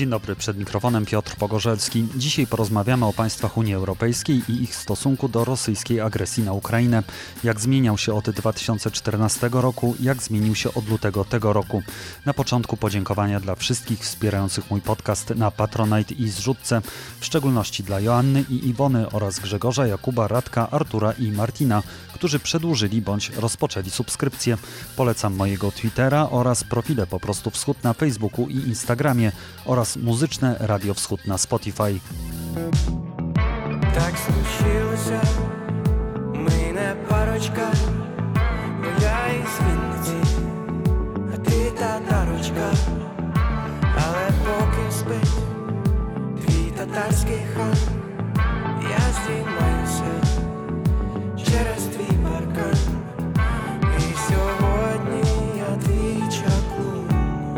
Dzień dobry, przed mikrofonem Piotr Pogorzelski. Dzisiaj porozmawiamy o państwach Unii Europejskiej i ich stosunku do rosyjskiej agresji na Ukrainę. Jak zmieniał się od 2014 roku, jak zmienił się od lutego tego roku. Na początku podziękowania dla wszystkich wspierających mój podcast na Patronite i Zrzutce, w szczególności dla Joanny i Iwony oraz Grzegorza, Jakuba, Radka, Artura i Martina, którzy przedłużyli bądź rozpoczęli subskrypcję. Polecam mojego Twittera oraz profile Po prostu Wschód na Facebooku i Instagramie oraz muzyczne Radio Wschód na Spotify. Так случилося, ми не парочка, бо я із Вінниці, а ти татарочка, але поки спить твій татарський хан, я здіймаюся через твій паркан, і сьогодні я твій чаклун,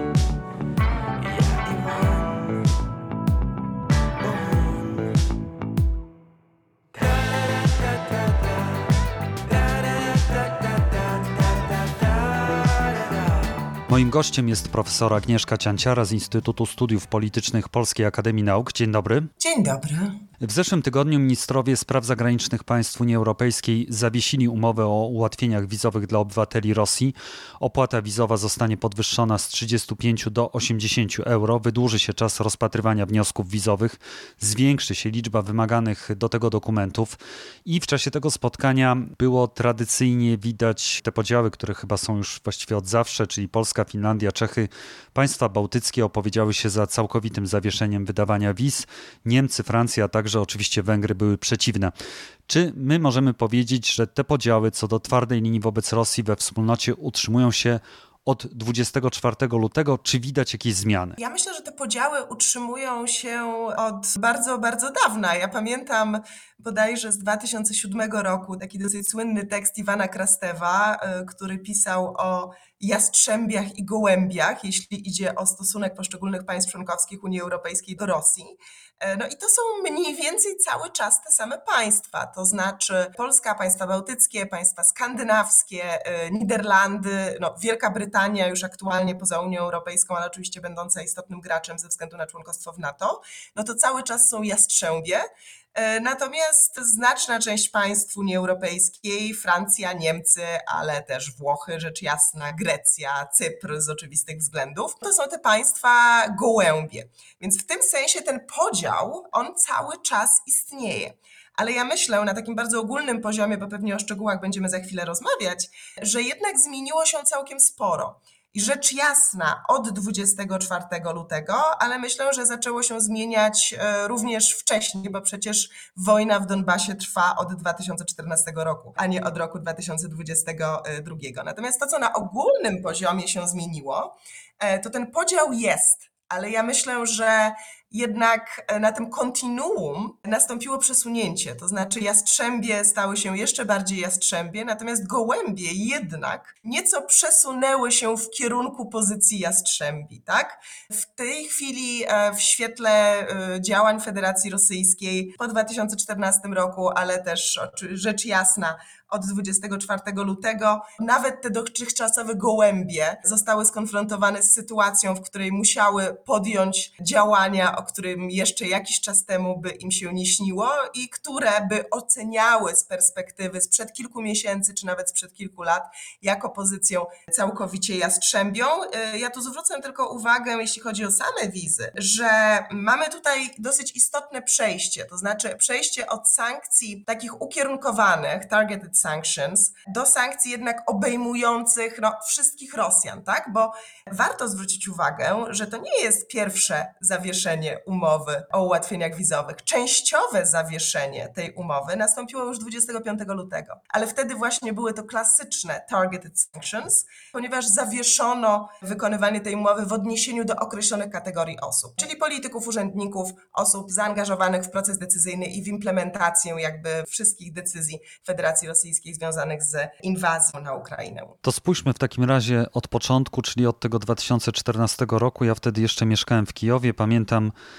я Іван. Moim gościem jest profesor Agnieszka Cianciara z Instytutu Studiów Politycznych Polskiej Akademii Nauk. Dzień dobry. Dzień dobry. W zeszłym tygodniu ministrowie spraw zagranicznych państw Unii Europejskiej zawiesili umowę o ułatwieniach wizowych dla obywateli Rosji. Opłata wizowa zostanie podwyższona z 35 do 80 euro. Wydłuży się czas rozpatrywania wniosków wizowych. Zwiększy się liczba wymaganych do tego dokumentów. I w czasie tego spotkania było tradycyjnie widać te podziały, które chyba są już właściwie od zawsze, czyli Polska, Finlandia, Czechy. Państwa bałtyckie opowiedziały się za całkowitym zawieszeniem wydawania wiz. Niemcy, Francja, a także oczywiście Węgry były przeciwne. Czy my możemy powiedzieć, że te podziały co do twardej linii wobec Rosji we wspólnocie utrzymują się od 24 lutego, czy widać jakieś zmiany? Ja myślę, że te podziały utrzymują się od bardzo, bardzo dawna. Ja pamiętam bodajże z 2007 roku taki dosyć słynny tekst Iwana Krastewa, który pisał o jastrzębiach i gołębiach, jeśli idzie o stosunek poszczególnych państw członkowskich Unii Europejskiej do Rosji. No i to są mniej więcej cały czas te same państwa, to znaczy Polska, państwa bałtyckie, państwa skandynawskie, Niderlandy, Wielka Brytania już aktualnie poza Unią Europejską, ale oczywiście będąca istotnym graczem ze względu na członkostwo w NATO, no to cały czas są jastrzębie. Natomiast znaczna część państw Unii Europejskiej, Francja, Niemcy, ale też Włochy, rzecz jasna, Grecja, Cypr z oczywistych względów, to są te państwa gołębie. Więc w tym sensie ten podział, on cały czas istnieje. Ale ja myślę na takim bardzo ogólnym poziomie, bo pewnie o szczegółach będziemy za chwilę rozmawiać, że jednak zmieniło się całkiem sporo. I rzecz jasna od 24 lutego, ale myślę, że zaczęło się zmieniać również wcześniej, bo przecież wojna w Donbasie trwa od 2014 roku, a nie od roku 2022. Natomiast to, co na ogólnym poziomie się zmieniło, to ten podział jest, ale ja myślę, że jednak na tym kontinuum nastąpiło przesunięcie, to znaczy jastrzębie stały się jeszcze bardziej jastrzębie, natomiast gołębie jednak nieco przesunęły się w kierunku pozycji jastrzębi, tak? W tej chwili w świetle działań Federacji Rosyjskiej po 2014 roku, ale też rzecz jasna od 24 lutego, nawet te dotychczasowe gołębie zostały skonfrontowane z sytuacją, w której musiały podjąć działania, o którym jeszcze jakiś czas temu by im się nie śniło i które by oceniały z perspektywy sprzed kilku miesięcy, czy nawet sprzed kilku lat, jako pozycję całkowicie jastrzębią. Ja tu zwrócę tylko uwagę, jeśli chodzi o same wizy, że mamy tutaj dosyć istotne przejście, to znaczy przejście od sankcji takich ukierunkowanych, targeted sanctions, do sankcji jednak obejmujących wszystkich Rosjan, tak? Bo warto zwrócić uwagę, że to nie jest pierwsze zawieszenie umowy o ułatwieniach wizowych. Częściowe zawieszenie tej umowy nastąpiło już 25 lutego, ale wtedy właśnie były to klasyczne targeted sanctions, ponieważ zawieszono wykonywanie tej umowy w odniesieniu do określonych kategorii osób, czyli polityków, urzędników, osób zaangażowanych w proces decyzyjny i w implementację jakby wszystkich decyzji Federacji Rosyjskiej związanych z inwazją na Ukrainę. To spójrzmy w takim razie od początku, czyli od tego 2014 roku. Ja wtedy jeszcze mieszkałem w Kijowie. Pamiętam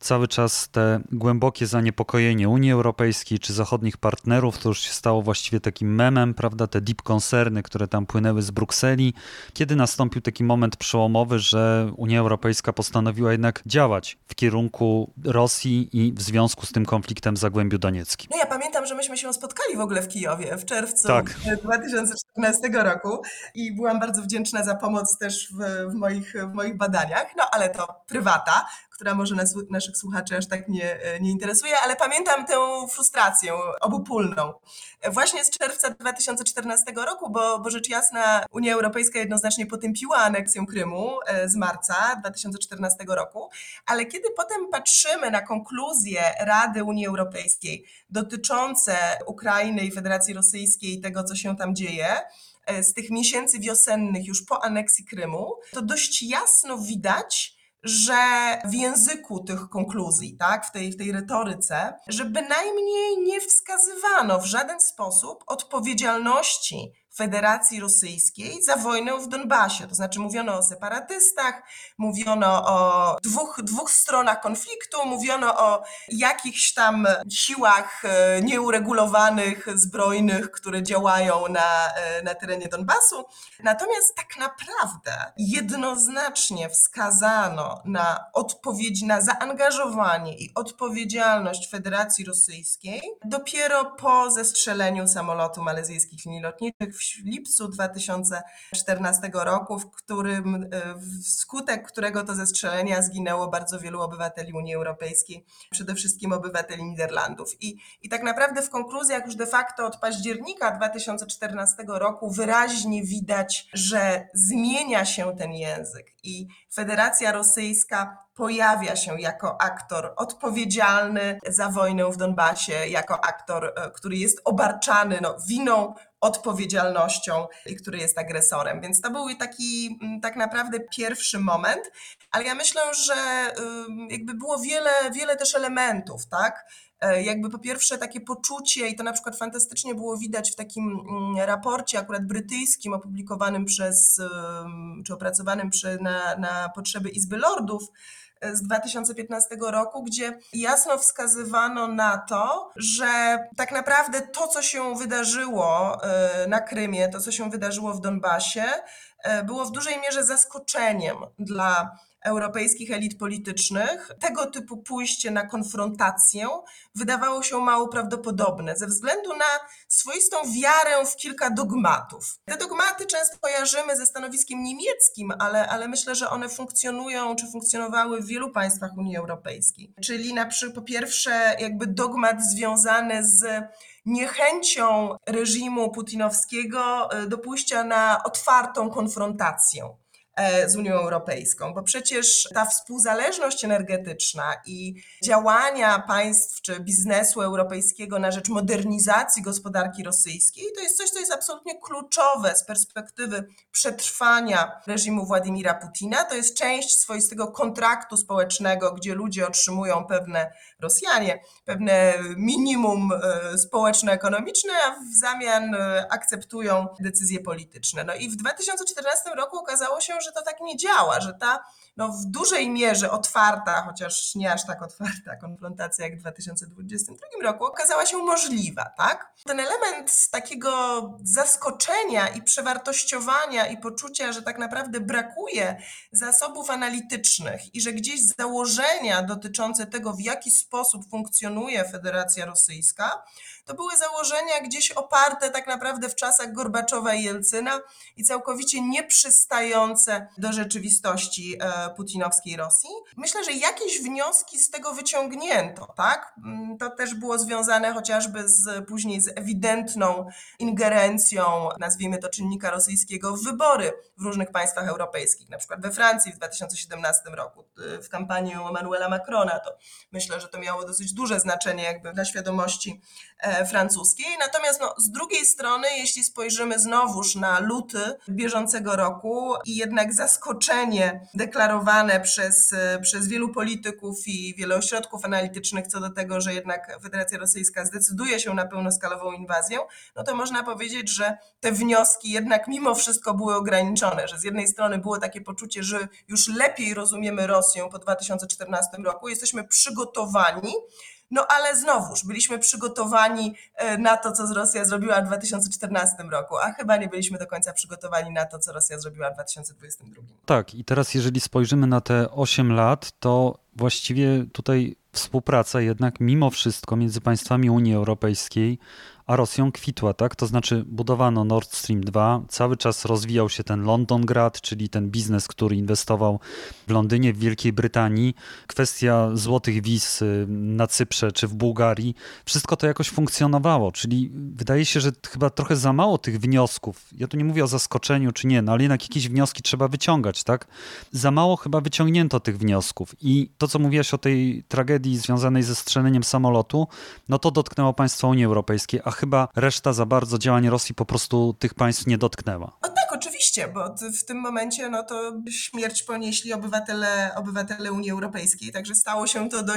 cały czas te głębokie zaniepokojenie Unii Europejskiej czy zachodnich partnerów, to już się stało właściwie takim memem, prawda, te deep concerny, które tam płynęły z Brukseli. Kiedy nastąpił taki moment przełomowy, że Unia Europejska postanowiła jednak działać w kierunku Rosji i w związku z tym konfliktem w Zagłębiu Donieckim? No ja pamiętam, że myśmy się spotkali w ogóle w Kijowie w czerwcu Tak. 2014 roku i byłam bardzo wdzięczna za pomoc też w moich badaniach, no ale to prywata, która może naszych słuchaczy aż tak nie interesuje, ale pamiętam tę frustrację obopólną. Właśnie z czerwca 2014 roku, bo rzecz jasna Unia Europejska jednoznacznie potępiła aneksję Krymu z marca 2014 roku, ale kiedy potem patrzymy na konkluzje Rady Unii Europejskiej dotyczące Ukrainy i Federacji Rosyjskiej i tego, co się tam dzieje, z tych miesięcy wiosennych już po aneksji Krymu, to dość jasno widać, że w języku tych konkluzji, tak, w tej retoryce, że bynajmniej nie wskazywano w żaden sposób odpowiedzialności Federacji Rosyjskiej za wojnę w Donbasie. To znaczy mówiono o separatystach, mówiono o dwóch stronach konfliktu, mówiono o jakichś tam siłach nieuregulowanych, zbrojnych, które działają na terenie Donbasu. Natomiast tak naprawdę jednoznacznie wskazano na na zaangażowanie i odpowiedzialność Federacji Rosyjskiej dopiero po zestrzeleniu samolotu malezyjskich linii lotniczych w lipcu 2014 roku, wskutek którego to zestrzelenia zginęło bardzo wielu obywateli Unii Europejskiej, przede wszystkim obywateli Niderlandów. I tak naprawdę w konkluzjach już de facto od października 2014 roku wyraźnie widać, że zmienia się ten język i Federacja Rosyjska pojawia się jako aktor odpowiedzialny za wojnę w Donbasie, jako aktor, który jest obarczany winą, odpowiedzialnością i który jest agresorem. Więc to był taki tak naprawdę pierwszy moment, ale ja myślę, że jakby było wiele też elementów, tak? Jakby po pierwsze takie poczucie, i to na przykład fantastycznie było widać w takim raporcie akurat brytyjskim opublikowanym czy opracowanym na potrzeby Izby Lordów z 2015 roku, gdzie jasno wskazywano na to, że tak naprawdę to, co się wydarzyło na Krymie, to, co się wydarzyło w Donbasie, było w dużej mierze zaskoczeniem dla europejskich elit politycznych. Tego typu pójście na konfrontację wydawało się mało prawdopodobne ze względu na swoistą wiarę w kilka dogmatów. Te dogmaty często kojarzymy ze stanowiskiem niemieckim, ale myślę, że one funkcjonują czy funkcjonowały w wielu państwach Unii Europejskiej. Czyli po pierwsze jakby dogmat związany z niechęcią reżimu putinowskiego do pójścia na otwartą konfrontację z Unią Europejską, bo przecież ta współzależność energetyczna i działania państw czy biznesu europejskiego na rzecz modernizacji gospodarki rosyjskiej to jest coś, co jest absolutnie kluczowe z perspektywy przetrwania reżimu Władimira Putina. To jest część swoistego kontraktu społecznego, gdzie ludzie otrzymują Rosjanie pewne minimum społeczno-ekonomiczne, a w zamian akceptują decyzje polityczne. No i w 2014 roku okazało się, że to tak nie działa, że ta w dużej mierze otwarta, chociaż nie aż tak otwarta konfrontacja jak w 2022 roku okazała się możliwa, tak? Ten element takiego zaskoczenia i przewartościowania i poczucia, że tak naprawdę brakuje zasobów analitycznych i że gdzieś założenia dotyczące tego, w jaki sposób funkcjonuje Federacja Rosyjska, to były założenia gdzieś oparte tak naprawdę w czasach Gorbaczowa i Jelcyna i całkowicie nieprzystające do rzeczywistości putinowskiej Rosji. Myślę, że jakieś wnioski z tego wyciągnięto, tak? To też było związane chociażby później z ewidentną ingerencją, nazwijmy to, czynnika rosyjskiego w wybory w różnych państwach europejskich, na przykład we Francji w 2017 roku, w kampanii Emmanuela Macrona. To myślę, że to miało dosyć duże znaczenie jakby dla świadomości francuskiej. Natomiast z drugiej strony, jeśli spojrzymy znowuż na luty bieżącego roku i jednak jednak zaskoczenie deklarowane przez wielu polityków i wiele ośrodków analitycznych co do tego, że jednak Federacja Rosyjska zdecyduje się na pełnoskalową inwazję, no to można powiedzieć, że te wnioski jednak mimo wszystko były ograniczone, że z jednej strony było takie poczucie, że już lepiej rozumiemy Rosję po 2014 roku, jesteśmy przygotowani, no ale znowuż byliśmy przygotowani na to, co Rosja zrobiła w 2014 roku, a chyba nie byliśmy do końca przygotowani na to, co Rosja zrobiła w 2022. Tak, i teraz jeżeli spojrzymy na te 8 lat, to właściwie tutaj współpraca jednak mimo wszystko między państwami Unii Europejskiej a Rosją kwitła, tak? To znaczy budowano Nord Stream 2, cały czas rozwijał się ten Londongrad, czyli ten biznes, który inwestował w Londynie, w Wielkiej Brytanii. Kwestia złotych wiz na Cyprze czy w Bułgarii, wszystko to jakoś funkcjonowało, czyli wydaje się, że chyba trochę za mało tych wniosków. Ja tu nie mówię o zaskoczeniu czy nie, no ale jednak jakieś wnioski trzeba wyciągać, tak? Za mało chyba wyciągnięto tych wniosków i to, co mówiłaś o tej tragedii związanej ze strzeleniem samolotu, no to dotknęło państwa Unii Europejskiej, a chyba reszta za bardzo działań Rosji po prostu tych państw nie dotknęła. No tak, oczywiście, bo w tym momencie no to śmierć ponieśli obywatele Unii Europejskiej, także stało się to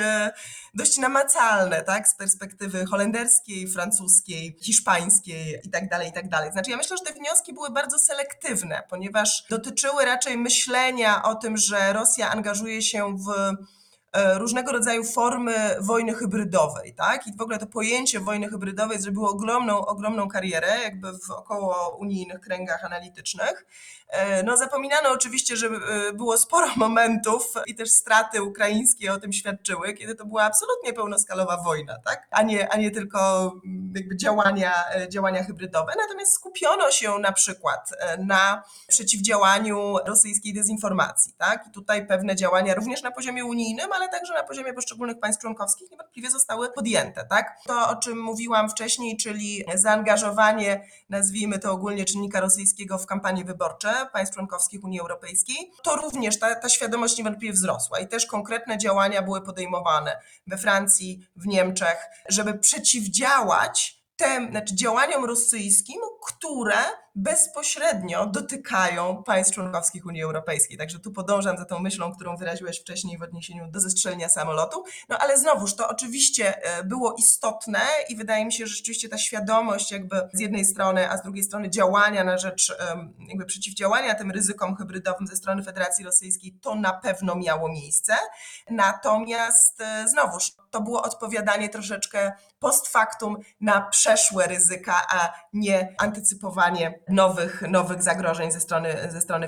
dość namacalne, tak, z perspektywy holenderskiej, francuskiej, hiszpańskiej i tak dalej, i tak dalej. Znaczy ja myślę, że te wnioski były bardzo selektywne, ponieważ dotyczyły raczej myślenia o tym, że Rosja angażuje się w różnego rodzaju formy wojny hybrydowej, tak? I w ogóle to pojęcie wojny hybrydowej zrobiło ogromną karierę jakby w około unijnych kręgach analitycznych. No zapominano oczywiście, że było sporo momentów i też straty ukraińskie o tym świadczyły, kiedy to była absolutnie pełnoskalowa wojna, tak? A nie tylko jakby działania hybrydowe. Natomiast skupiono się na przykład na przeciwdziałaniu rosyjskiej dezinformacji, tak? I tutaj pewne działania również na poziomie unijnym, ale także na poziomie poszczególnych państw członkowskich niewątpliwie zostały podjęte, tak? To, o czym mówiłam wcześniej, czyli zaangażowanie, nazwijmy to ogólnie, czynnika rosyjskiego w kampanie wyborcze państw członkowskich Unii Europejskiej, to również ta świadomość niewątpliwie wzrosła i też konkretne działania były podejmowane we Francji, w Niemczech, żeby przeciwdziałać działaniom rosyjskim, które bezpośrednio dotykają państw członkowskich Unii Europejskiej. Także tu podążam za tą myślą, którą wyraziłeś wcześniej w odniesieniu do zestrzelenia samolotu. No ale znowuż to oczywiście było istotne i wydaje mi się, że rzeczywiście ta świadomość jakby z jednej strony, a z drugiej strony działania na rzecz jakby przeciwdziałania tym ryzykom hybrydowym ze strony Federacji Rosyjskiej, to na pewno miało miejsce. Natomiast znowuż to było odpowiadanie troszeczkę post factum na przeszłe ryzyka, a nie antycypowanie nowych zagrożeń ze strony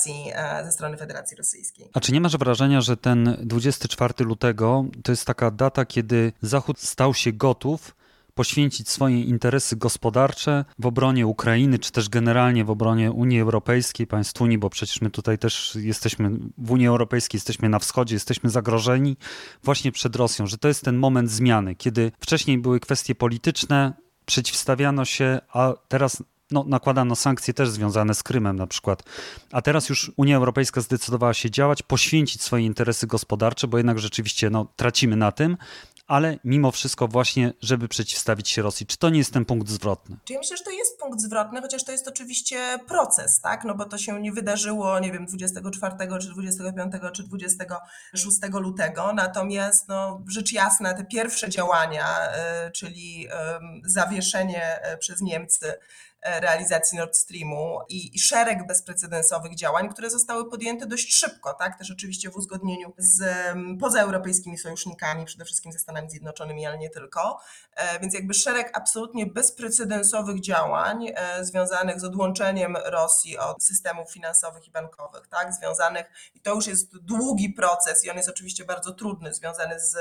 Federacji Rosyjskiej. A czy nie masz wrażenia, że ten 24 lutego to jest taka data, kiedy Zachód stał się gotów poświęcić swoje interesy gospodarcze w obronie Ukrainy, czy też generalnie w obronie Unii Europejskiej, państw Unii, bo przecież my tutaj też jesteśmy w Unii Europejskiej, jesteśmy na wschodzie, jesteśmy zagrożeni właśnie przed Rosją, że to jest ten moment zmiany, kiedy wcześniej były kwestie polityczne, przeciwstawiano się, a teraz nakładano sankcje też związane z Krymem na przykład. A teraz już Unia Europejska zdecydowała się działać, poświęcić swoje interesy gospodarcze, bo jednak rzeczywiście tracimy na tym, ale mimo wszystko właśnie, żeby przeciwstawić się Rosji. Czy to nie jest ten punkt zwrotny? Ja myślę, że to jest punkt zwrotny, chociaż to jest oczywiście proces, tak? No bo to się nie wydarzyło, nie wiem, 24, czy 25, czy 26 lutego. Natomiast rzecz jasna, te pierwsze działania, czyli zawieszenie przez Niemcy realizacji Nord Streamu i szereg bezprecedensowych działań, które zostały podjęte dość szybko, tak? Też oczywiście w uzgodnieniu z pozaeuropejskimi sojusznikami, przede wszystkim ze Stanami Zjednoczonymi, ale nie tylko. Więc jakby szereg absolutnie bezprecedensowych działań związanych z odłączeniem Rosji od systemów finansowych i bankowych, tak? I to już jest długi proces i on jest oczywiście bardzo trudny, związany z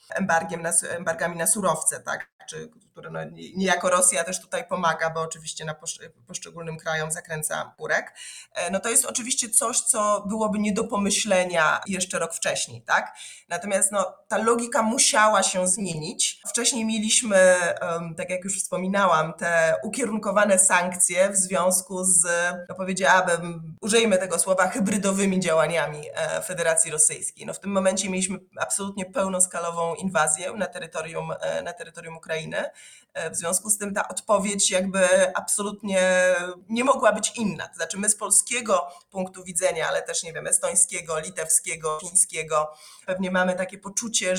embargami na surowce, tak? Które niejako Rosja też tutaj pomaga, bo oczywiście na poszczególnym krajom zakręca kurek. To jest oczywiście coś, co byłoby nie do pomyślenia jeszcze rok wcześniej, tak? Natomiast ta logika musiała się zmienić. Wcześniej mieliśmy, tak jak już wspominałam, te ukierunkowane sankcje w związku z, powiedziałabym, użyjmy tego słowa, hybrydowymi działaniami Federacji Rosyjskiej. W tym momencie mieliśmy absolutnie pełnoskalową inwazję na terytorium Ukrainy. Ukrainy. W związku z tym ta odpowiedź jakby absolutnie nie mogła być inna. To znaczy my z polskiego punktu widzenia, ale też nie wiem, estońskiego, litewskiego, fińskiego, pewnie mamy takie poczucie,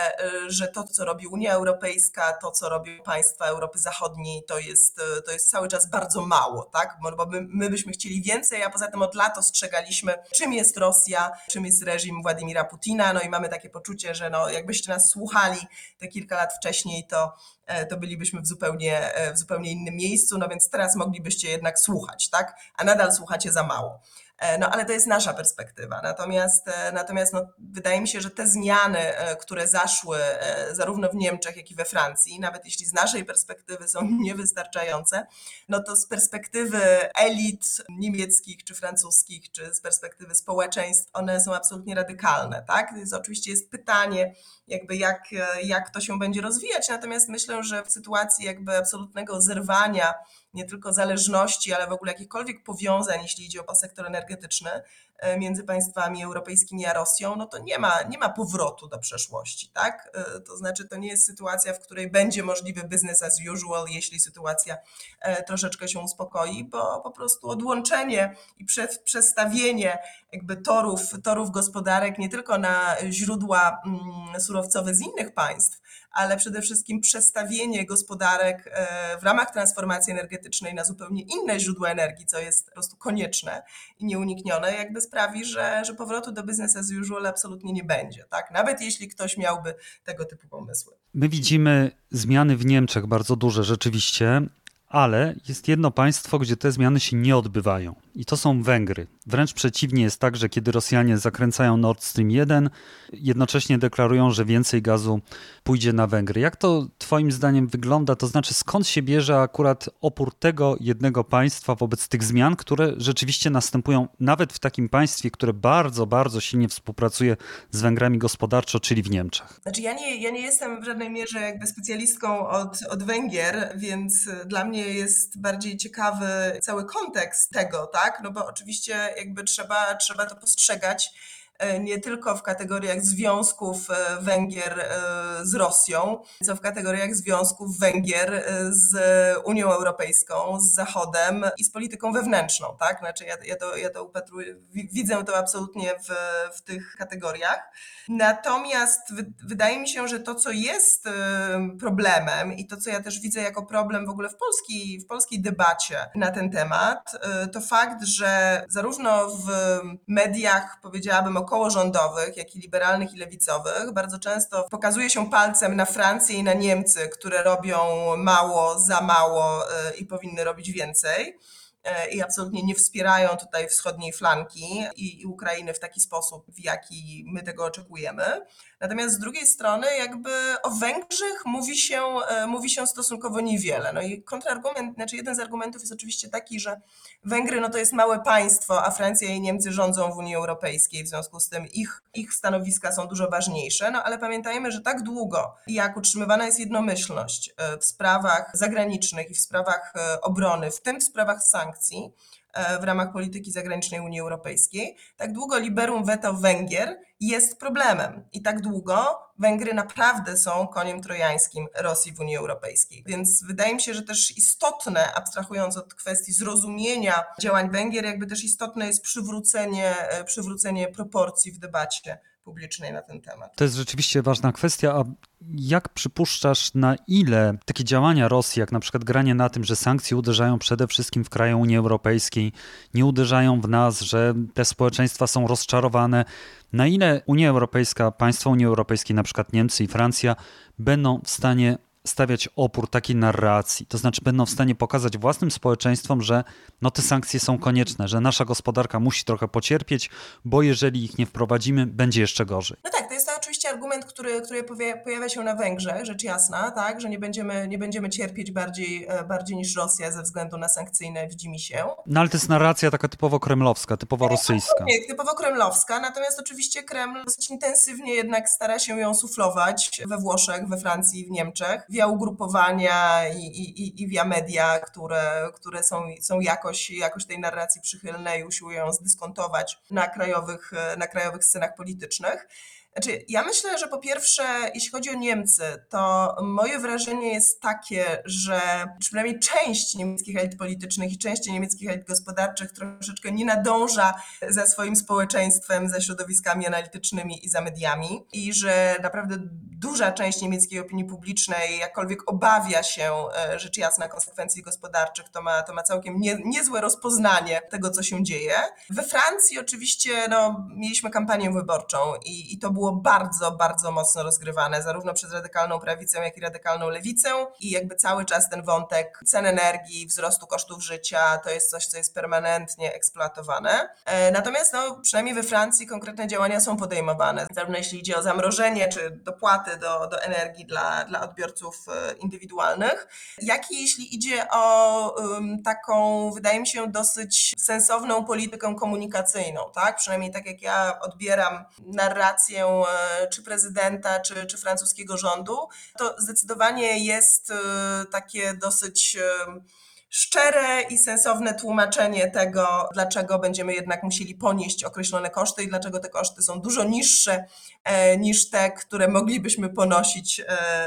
że to, co robi Unia Europejska, to, co robią państwa Europy Zachodniej, to jest cały czas bardzo mało, tak? Bo my byśmy chcieli więcej, a poza tym od lat ostrzegaliśmy, czym jest Rosja, czym jest reżim Władimira Putina, no i mamy takie poczucie, że no, jakbyście nas słuchali te kilka lat wcześniej, to bylibyśmy w zupełnie innym miejscu, no więc teraz moglibyście jednak słuchać, tak? A nadal słuchacie za mało. No ale to jest nasza perspektywa. Natomiast no, wydaje mi się, że te zmiany, które zaszły zarówno w Niemczech, jak i we Francji, nawet jeśli z naszej perspektywy są niewystarczające, no to z perspektywy elit niemieckich, czy francuskich, czy z perspektywy społeczeństw, one są absolutnie radykalne, tak? Więc oczywiście jest pytanie, jakby jak to się będzie rozwijać, natomiast myślę, że w sytuacji jakby absolutnego zerwania nie tylko zależności, ale w ogóle jakichkolwiek powiązań, jeśli idzie o sektor energetyczny między państwami europejskimi a Rosją, no to nie ma powrotu do przeszłości, tak? To znaczy to nie jest sytuacja, w której będzie możliwy business as usual, jeśli sytuacja troszeczkę się uspokoi, bo po prostu odłączenie i przestawienie jakby torów gospodarek nie tylko na źródła surowcowe z innych państw, ale przede wszystkim przestawienie gospodarek w ramach transformacji energetycznej na zupełnie inne źródła energii, co jest po prostu konieczne i nieuniknione, jakby sprawi, że powrotu do business as usual absolutnie nie będzie, tak? Nawet jeśli ktoś miałby tego typu pomysły. My widzimy zmiany w Niemczech bardzo duże rzeczywiście, ale jest jedno państwo, gdzie te zmiany się nie odbywają i to są Węgry. Wręcz przeciwnie jest tak, że kiedy Rosjanie zakręcają Nord Stream 1, jednocześnie deklarują, że więcej gazu pójdzie na Węgry. Jak to twoim zdaniem wygląda? To znaczy skąd się bierze akurat opór tego jednego państwa wobec tych zmian, które rzeczywiście następują nawet w takim państwie, które bardzo, bardzo silnie współpracuje z Węgrami gospodarczo, czyli w Niemczech? Znaczy ja nie jestem w żadnej mierze jakby specjalistką od Węgier, więc dla mnie jest bardziej ciekawy cały kontekst tego, tak? No bo oczywiście jakby trzeba to postrzegać nie tylko w kategoriach związków Węgier z Rosją, co w kategoriach związków Węgier z Unią Europejską, z Zachodem i z polityką wewnętrzną, tak? Znaczy ja to upatruję, widzę to absolutnie w tych kategoriach. Natomiast wydaje mi się, że to, co jest problemem i to, co ja też widzę jako problem w ogóle w polskiej debacie na ten temat, to fakt, że zarówno w mediach, powiedziałabym, okołorządowych, jak i liberalnych i lewicowych, bardzo często pokazuje się palcem na Francję i na Niemcy, które robią mało, za mało i powinny robić więcej. I absolutnie nie wspierają tutaj wschodniej flanki i Ukrainy w taki sposób, w jaki my tego oczekujemy. Natomiast z drugiej strony jakby o Węgrzech mówi się stosunkowo niewiele. No i kontrargument, znaczy jeden z argumentów jest oczywiście taki, że Węgry no to jest małe państwo, a Francja i Niemcy rządzą w Unii Europejskiej, w związku z tym ich stanowiska są dużo ważniejsze, no ale pamiętajmy, że tak długo jak utrzymywana jest jednomyślność w sprawach zagranicznych i w sprawach obrony, w tym w sprawach sankcji, w ramach polityki zagranicznej Unii Europejskiej, tak długo liberum veto Węgier jest problemem i tak długo Węgry naprawdę są koniem trojańskim Rosji w Unii Europejskiej. Więc wydaje mi się, że też istotne, abstrahując od kwestii zrozumienia działań Węgier, jakby też istotne jest przywrócenie proporcji w debacie publicznej na ten temat. To jest rzeczywiście ważna kwestia, a jak przypuszczasz, na ile takie działania Rosji, jak na przykład granie na tym, że sankcje uderzają przede wszystkim w kraje Unii Europejskiej, nie uderzają w nas, że te społeczeństwa są rozczarowane, na ile Unia Europejska, państwa Unii Europejskiej, na przykład Niemcy i Francja, będą w stanie stawiać opór takiej narracji, to znaczy będą w stanie pokazać własnym społeczeństwom, że no te sankcje są konieczne, że nasza gospodarka musi trochę pocierpieć, bo jeżeli ich nie wprowadzimy, będzie jeszcze gorzej. No tak, to jest to oczywiście argument, który pojawia się na Węgrzech, rzecz jasna, tak, że nie będziemy cierpieć bardziej niż Rosja ze względu na sankcyjne widzimisię. No ale to jest narracja taka typowo kremlowska, typowo rosyjska. Nie, typowo kremlowska, natomiast oczywiście Kreml dosyć intensywnie jednak stara się ją suflować we Włoszech, we Francji, w Niemczech, via ugrupowania i via media, które są jakoś tej narracji przychylne i usiłują zdyskontować na krajowych scenach politycznych. Znaczy, ja myślę, że po pierwsze, jeśli chodzi o Niemcy, to moje wrażenie jest takie, że przynajmniej część niemieckich elit politycznych i część niemieckich elit gospodarczych troszeczkę nie nadąża za swoim społeczeństwem, za środowiskami analitycznymi i za mediami i że naprawdę duża część niemieckiej opinii publicznej, jakkolwiek obawia się rzecz jasna konsekwencji gospodarczych, to ma całkiem niezłe rozpoznanie tego, co się dzieje. We Francji oczywiście mieliśmy kampanię wyborczą i to było bardzo, bardzo mocno rozgrywane, zarówno przez radykalną prawicę, jak i radykalną lewicę i jakby cały czas ten wątek cen energii, wzrostu kosztów życia, to jest coś, co jest permanentnie eksploatowane. Natomiast przynajmniej we Francji konkretne działania są podejmowane, zarówno jeśli idzie o zamrożenie czy dopłaty do energii dla odbiorców indywidualnych, jak i jeśli idzie o taką, wydaje mi się, dosyć sensowną politykę komunikacyjną, tak? Przynajmniej tak jak ja odbieram narrację czy prezydenta, czy francuskiego rządu, to zdecydowanie jest takie dosyć szczere i sensowne tłumaczenie tego, dlaczego będziemy jednak musieli ponieść określone koszty i dlaczego te koszty są dużo niższe niż te, które moglibyśmy ponosić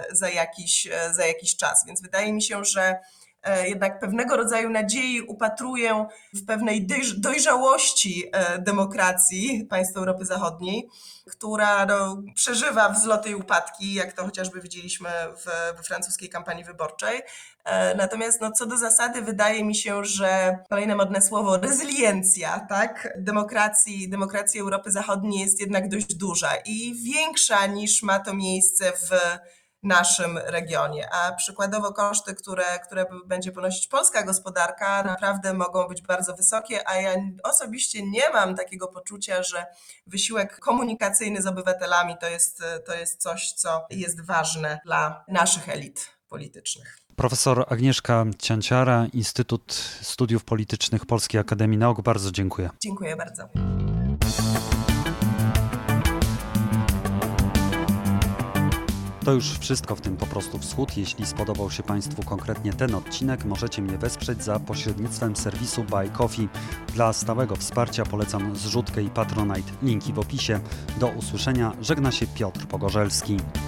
za jakiś czas. Więc wydaje mi się, że jednak pewnego rodzaju nadziei upatruję w pewnej dojrzałości demokracji państw Europy Zachodniej, która przeżywa wzloty i upadki, jak to chociażby widzieliśmy we francuskiej kampanii wyborczej. Natomiast co do zasady wydaje mi się, że kolejne modne słowo rezyliencja, tak, demokracji Europy Zachodniej jest jednak dość duża i większa niż ma to miejsce w naszym regionie, a przykładowo koszty, które będzie ponosić polska gospodarka, naprawdę mogą być bardzo wysokie, a ja osobiście nie mam takiego poczucia, że wysiłek komunikacyjny z obywatelami to jest coś, co jest ważne dla naszych elit politycznych. Profesor Agnieszka Cianciara, Instytut Studiów Politycznych Polskiej Akademii Nauk. Bardzo dziękuję. Dziękuję bardzo. To już wszystko w tym Po prostu Wschód. Jeśli spodobał się Państwu konkretnie ten odcinek, możecie mnie wesprzeć za pośrednictwem serwisu Buy Coffee. Dla stałego wsparcia polecam zrzutkę i Patronite. Linki w opisie. Do usłyszenia. Żegna się Piotr Pogorzelski.